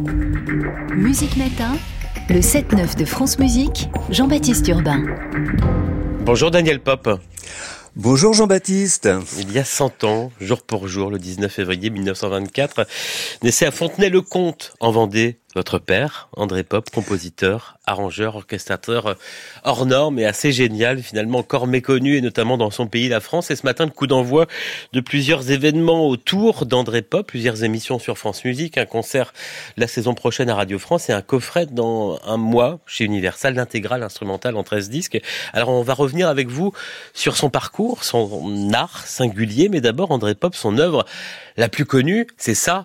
Musique Matin, le 7-9 de France Musique, Jean-Baptiste Urbain. Bonjour Daniel Pop. Bonjour Jean-Baptiste. Il y a 100 ans, jour pour jour, le 19 février 1924, naissait à Fontenay-le-Comte, en Vendée, votre père, André Pop, compositeur, arrangeur, orchestrateur hors norme et assez génial, finalement encore méconnu, et notamment dans son pays, la France. Et ce matin, le coup d'envoi de plusieurs événements autour d'André Pop, plusieurs émissions sur France Musique, un concert la saison prochaine à Radio France et un coffret dans un mois chez Universal, l'intégrale instrumentale en 13 disques. Alors on va revenir avec vous sur son parcours, son art singulier, mais d'abord André Pop, son œuvre la plus connue, c'est ça.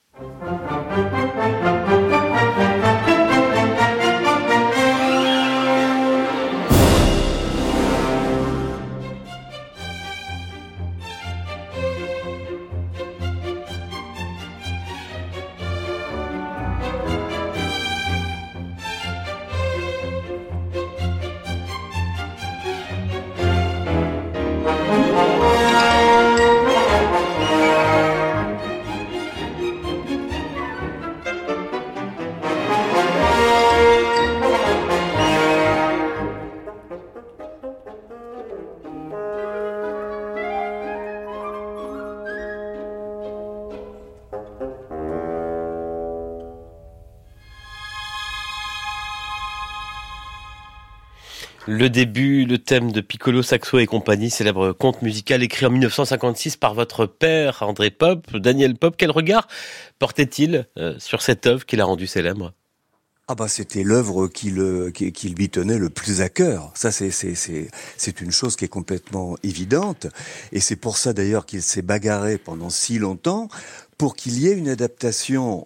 Le début, le thème de Piccolo, Saxo et compagnie, célèbre conte musical écrit en 1956 par votre père, André Pop, Daniel Pop. Quel regard portait-il sur cette œuvre qui l'a rendu célèbre ? C'était l'œuvre qui lui tenait le plus à cœur. Ça, c'est une chose qui est complètement évidente. Et c'est pour ça d'ailleurs qu'il s'est bagarré pendant si longtemps pour qu'il y ait une adaptation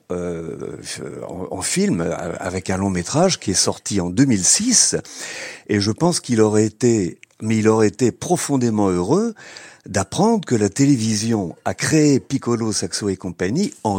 en film avec un long métrage qui est sorti en 2006. Et je pense qu'il aurait été profondément heureux d'apprendre que la télévision a créé Piccolo, Saxo et compagnie en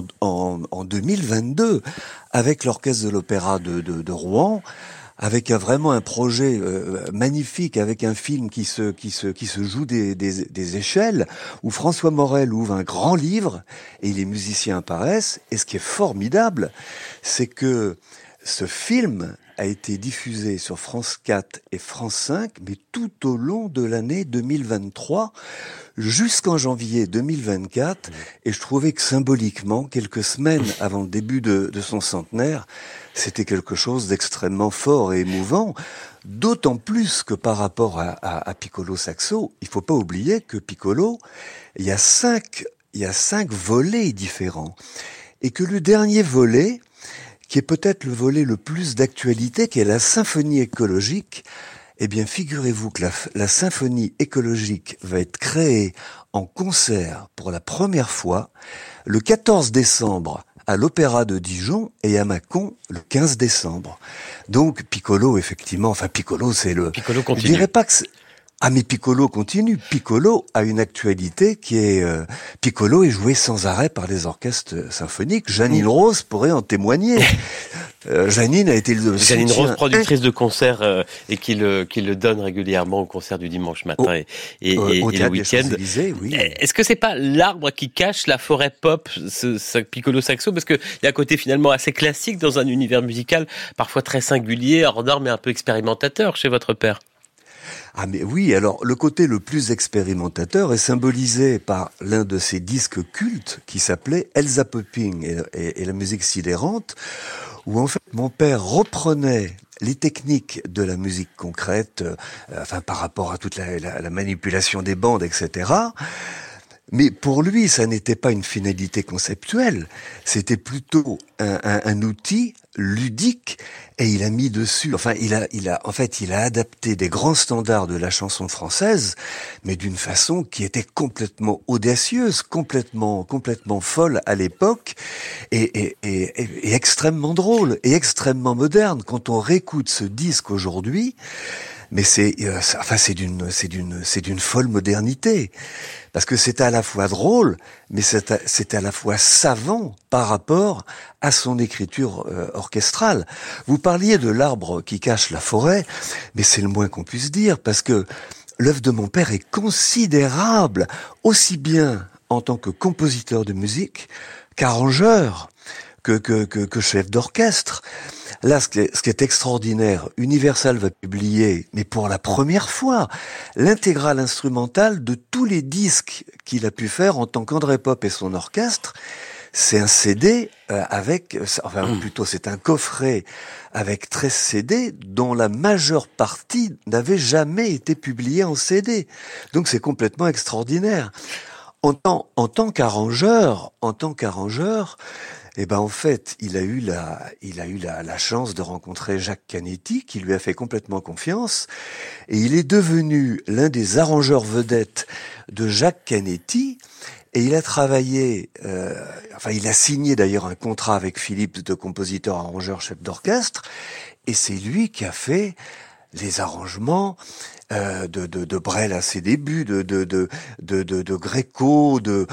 2022 avec l'orchestre de l'opéra de Rouen, avec vraiment un projet magnifique, avec un film qui se joue des échelles, où François Morel ouvre un grand livre et les musiciens apparaissent. Et ce qui est formidable, c'est que ce film a été diffusé sur France 4 et France 5, mais tout au long de l'année 2023, jusqu'en janvier 2024. Et je trouvais que symboliquement, quelques semaines avant le début de son centenaire, c'était quelque chose d'extrêmement fort et émouvant. D'autant plus que par rapport à Piccolo Saxo, il faut pas oublier que Piccolo, il y a cinq volets différents. Et que le dernier volet, qui est peut-être le volet le plus d'actualité, qui est la symphonie écologique, eh bien, figurez-vous que la symphonie écologique va être créée en concert pour la première fois le 14 décembre à l'Opéra de Dijon et à Mâcon le 15 décembre. Donc, Piccolo, effectivement, Piccolo, c'est le... Piccolo continue. Je dirais pas que c'est... mais Piccolo continue. Piccolo a une actualité qui est... Piccolo est joué sans arrêt par les orchestres symphoniques. Janine Rose pourrait en témoigner. Janine a été le Janine Rose, productrice de concerts et qui le donne régulièrement au concert du dimanche matin et le week-end. Oui. Est-ce que c'est pas l'arbre qui cache la forêt pop, ce Piccolo Saxo, parce que il y a un côté finalement assez classique dans un univers musical parfois très singulier, hors norme et un peu expérimentateur chez votre père? Mais oui, alors le côté le plus expérimentateur est symbolisé par l'un de ces disques cultes qui s'appelait Elsa Popping et la musique sidérante, où en fait mon père reprenait les techniques de la musique concrète, par rapport à toute la manipulation des bandes, etc. Mais pour lui, ça n'était pas une finalité conceptuelle, c'était plutôt un outil ludique, et il a mis dessus, il a adapté des grands standards de la chanson française, mais d'une façon qui était complètement audacieuse, complètement folle à l'époque, et extrêmement drôle, et extrêmement moderne. Quand on réécoute ce disque aujourd'hui, mais c'est d'une folle modernité, parce que c'est à la fois drôle, mais c'est à la fois savant par rapport à son écriture orchestrale. Vous parliez de l'arbre qui cache la forêt, mais c'est le moins qu'on puisse dire, parce que l'œuvre de mon père est considérable, aussi bien en tant que compositeur de musique qu'arrangeur, que chef d'orchestre. Là, ce qui est extraordinaire, Universal va publier, mais pour la première fois, l'intégrale instrumentale de tous les disques qu'il a pu faire en tant qu'André Pop et son orchestre. C'est un CD plutôt c'est un coffret avec 13 CD dont la majeure partie n'avait jamais été publiée en CD. Donc c'est complètement extraordinaire. En tant qu'arrangeur, en fait, il a eu la chance de rencontrer Jacques Canetti, qui lui a fait complètement confiance, et il est devenu l'un des arrangeurs vedettes de Jacques Canetti. Et il a travaillé, il a signé d'ailleurs un contrat avec Philips de compositeur, arrangeur, chef d'orchestre, et c'est lui qui a fait les arrangements de Brel à ses débuts, de Gréco, de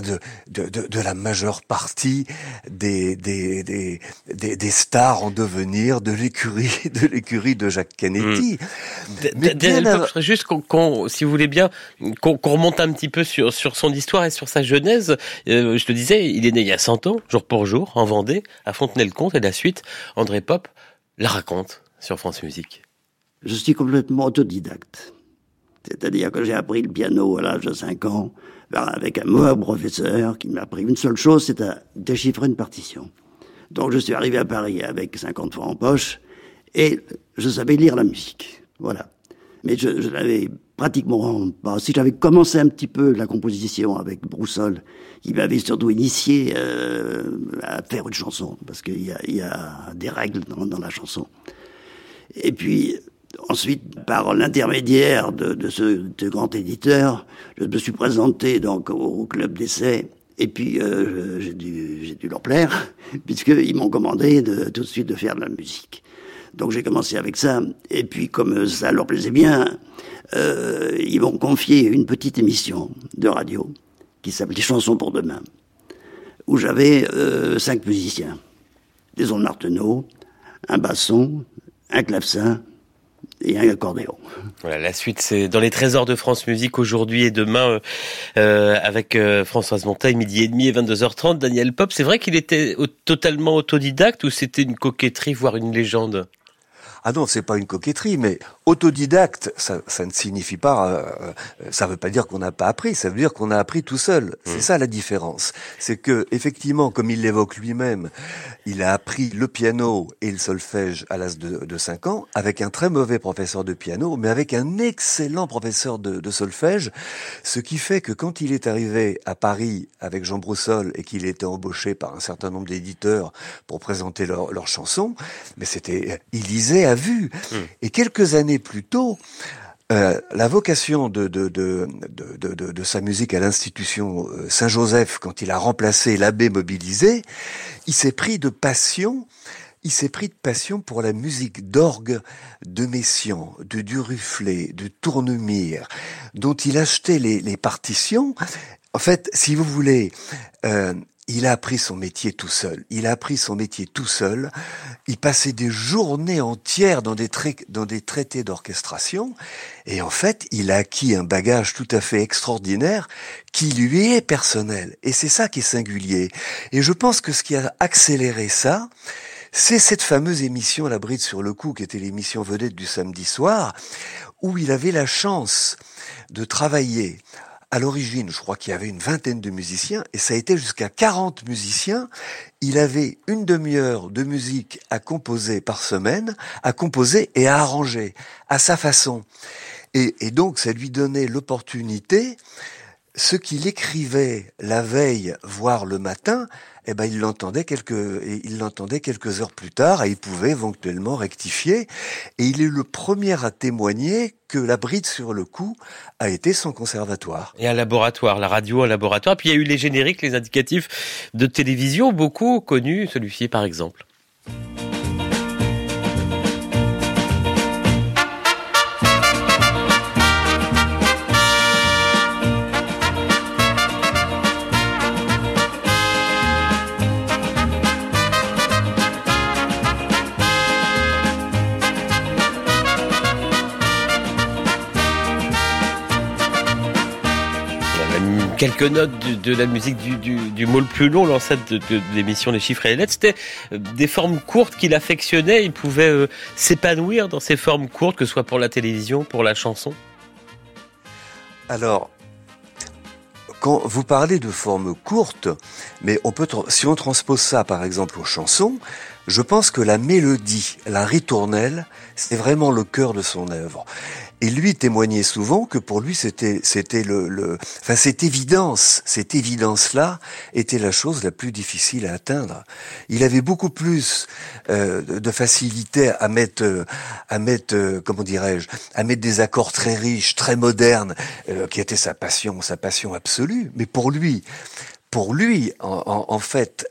la majeure partie des stars en devenir de l'écurie de Jacques Canetti. Juste si vous voulez bien, qu'on remonte un petit peu sur son histoire et sur sa genèse. Je te disais, il est né il y a 100 ans, jour pour jour, en Vendée, à Fontenay-le-Comte, et la suite, André Pop la raconte sur France Musique. Je suis complètement autodidacte. C'est-à-dire que j'ai appris le piano à l'âge de 5 ans avec un mauvais professeur qui m'a appris une seule chose, c'est à déchiffrer une partition. Donc je suis arrivé à Paris avec 50 francs en poche et je savais lire la musique. Voilà. Mais je n'avais pratiquement pas... Si j'avais commencé un petit peu la composition avec Broussol, qui m'avait surtout initié à faire une chanson, parce qu'il y a des règles dans la chanson. Et puis... Ensuite, par l'intermédiaire de ce grand éditeur, je me suis présenté donc au club d'essai, et puis j'ai dû leur plaire, puisqu'ils m'ont commandé tout de suite de faire de la musique. Donc j'ai commencé avec ça, et puis comme ça leur plaisait bien, ils m'ont confié une petite émission de radio qui s'appelait Chansons pour demain, où j'avais 5 musiciens, des ondes Martenot, un basson, un clavecin, et un accordéon. Voilà, la suite, c'est dans les trésors de France Musique aujourd'hui et demain avec Françoise Monteil, 12h30 et 22h30. Daniel Pop, c'est vrai qu'il était totalement autodidacte ou c'était une coquetterie, voire une légende ? Ah non, c'est pas une coquetterie, mais autodidacte, ça ne signifie pas, ça veut pas dire qu'on n'a pas appris, ça veut dire qu'on a appris tout seul. C'est ça la différence. C'est que, effectivement, comme il l'évoque lui-même, il a appris le piano et le solfège à l'âge de 5 ans, avec un très mauvais professeur de piano, mais avec un excellent professeur de solfège, ce qui fait que quand il est arrivé à Paris avec Jean Broussol et qu'il était embauché par un certain nombre d'éditeurs pour présenter leurs chansons, mais il lisait à vue. Et quelques années plus tôt, la vocation de sa musique à l'institution Saint-Joseph, quand il a remplacé l'abbé Mobilisé, il s'est pris de passion pour la musique d'orgue de Messiaen, de Duruflé, de Tournemire, dont il achetait les partitions. En fait, si vous voulez, il a appris son métier tout seul. Il passait des journées entières dans des traités d'orchestration. Et en fait, il a acquis un bagage tout à fait extraordinaire qui lui est personnel. Et c'est ça qui est singulier. Et je pense que ce qui a accéléré ça, c'est cette fameuse émission La Bride sur le cou, qui était l'émission vedette du samedi soir, où il avait la chance de travailler. À l'origine, je crois qu'il y avait une 20aine de musiciens, et ça a été jusqu'à 40 musiciens. Il avait une demi-heure de musique à composer par semaine, à composer et à arranger, à sa façon. Et donc, ça lui donnait l'opportunité, ce qu'il écrivait la veille, voire le matin, il l'entendait quelques heures plus tard, et il pouvait éventuellement rectifier. Et il est le premier à témoigner que La Bride sur le cou a été son conservatoire. Et un laboratoire, la radio, un laboratoire. Puis il y a eu les génériques, les indicatifs de télévision, beaucoup connus, celui-ci par exemple. quelques notes de la musique du mot le plus long, l'ancêtre de l'émission Les Chiffres et les Lettres. C'était des formes courtes qu'il affectionnait. Il pouvait s'épanouir dans ces formes courtes, que ce soit pour la télévision, pour la chanson. Alors, quand vous parlez de formes courtes, mais si on transpose ça par exemple aux chansons, je pense que la mélodie, la ritournelle, c'est vraiment le cœur de son œuvre. Et lui témoignait souvent que pour lui c'était cette évidence-là était la chose la plus difficile à atteindre. Il avait beaucoup plus de facilité à mettre des accords très riches, très modernes, qui était sa passion absolue. Mais pour lui, en fait,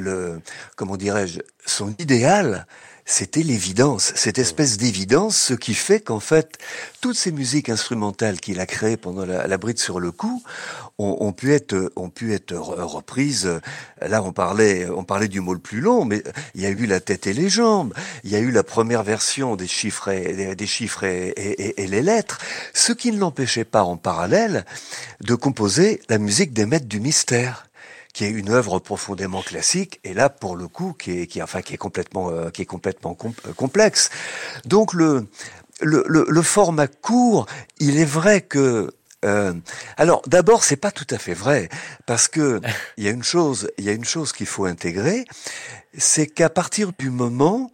son idéal, c'était l'évidence, cette espèce d'évidence, ce qui fait qu'en fait, toutes ces musiques instrumentales qu'il a créées pendant la Bride sur le cou ont pu être reprises. Là, on parlait du mot le plus long, mais il y a eu La tête et les jambes, il y a eu la première version des chiffres et les lettres, ce qui ne l'empêchait pas en parallèle de composer la musique des Maîtres du Mystère, qui est une œuvre profondément classique, et là, pour le coup, qui est complètement complexe. Donc, le format court, il est vrai que, alors, d'abord, c'est pas tout à fait vrai, parce que, il y a une chose qu'il faut intégrer, c'est qu'à partir du moment,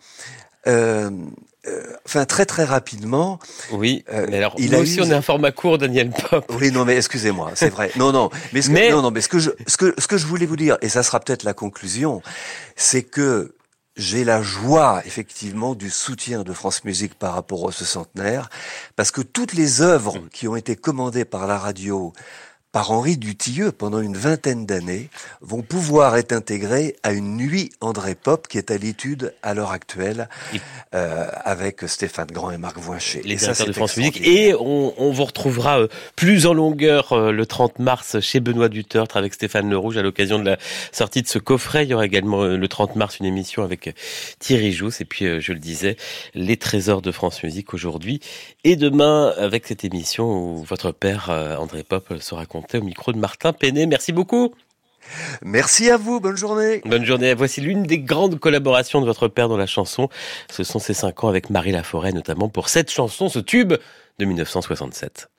très très rapidement. Oui. Mais alors, nous aussi, on est un format court, Daniel Pop. Oui, non, mais excusez-moi, c'est vrai. Non, mais ce que je voulais vous dire, et ça sera peut-être la conclusion, c'est que j'ai la joie, effectivement, du soutien de France Musique par rapport à ce centenaire, parce que toutes les œuvres qui ont été commandées par la radio par Henri Dutilleux pendant une 20aine d'années, vont pouvoir être intégrés à une nuit André Pop qui est à l'étude à l'heure actuelle avec Stéphane Grand et Marc Voinchet. Les directeurs de France Musique. Et on vous retrouvera plus en longueur le 30 mars chez Benoît Dutertre avec Stéphane Le Rouge à l'occasion de la sortie de ce coffret. Il y aura également le 30 mars une émission avec Thierry Jousse. Et puis, je le disais, les trésors de France Musique aujourd'hui. Et demain, avec cette émission où votre père, André Pop, sera compté au micro de Martin Penet. Merci beaucoup. Merci à vous, bonne journée. Bonne journée. Voici l'une des grandes collaborations de votre père dans la chanson. Ce sont ses 5 ans avec Marie Laforêt, notamment pour cette chanson, ce tube de 1967.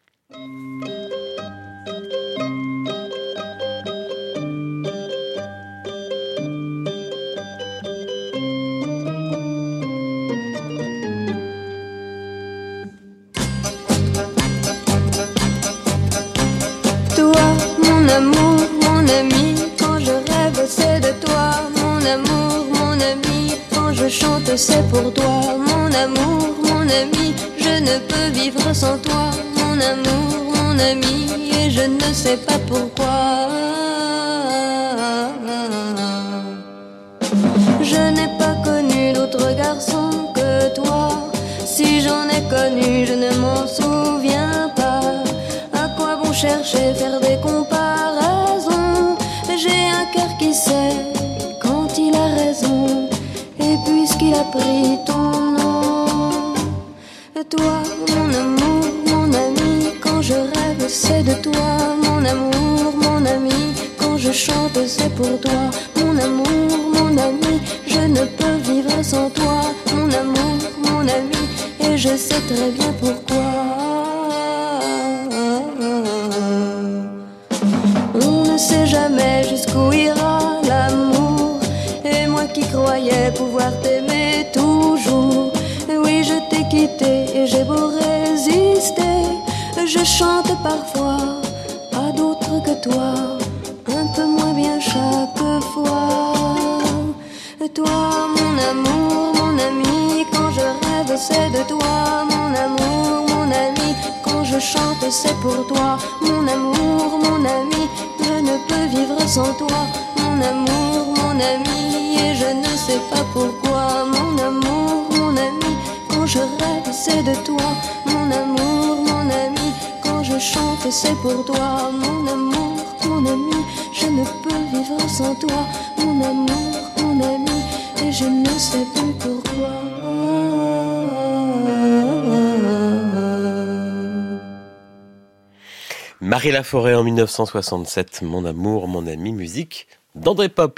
Mon amour, mon ami, quand je rêve c'est de toi. Mon amour, mon ami, quand je chante c'est pour toi. Mon amour, mon ami, je ne peux vivre sans toi. Mon amour, mon ami, et je ne sais pas pourquoi. Je n'ai pas connu d'autre garçon que toi. Si j'en ai connu, je ne m'en souviens pas. À quoi bon chercher, faire des comparaisons? J'ai un cœur qui sait quand il a raison. Et puisqu'il a pris ton nom, toi, mon amour, mon ami, quand je rêve, c'est de toi. Mon amour, mon ami, quand je chante, c'est pour toi. Mon amour, mon ami, je ne peux vivre sans toi. Mon amour, mon ami, et je sais très bien pourquoi. On ne sait jamais jusqu'où ira l'amour. Et moi qui croyais pouvoir t'aimer toujours, oui, je t'ai quitté et j'ai beau résister, je chante parfois à d'autres que toi, un peu moins bien chaque fois. Toi, mon amour, mon ami, quand je rêve c'est de toi. Mon amour, mon ami, quand je chante c'est pour toi. Mon amour, mon ami, je ne peux vivre sans toi. Mon amour, mon ami, et je ne sais pas pourquoi. Mon amour, mon ami, quand je rêve c'est de toi. Mon amour, mon ami, quand je chante c'est pour toi. Mon amour, mon ami, je ne peux vivre sans toi. Mon amour, mon ami, et je ne sais plus pourquoi. Marie Laforêt en 1967, Mon amour, mon ami, musique d'André Pop.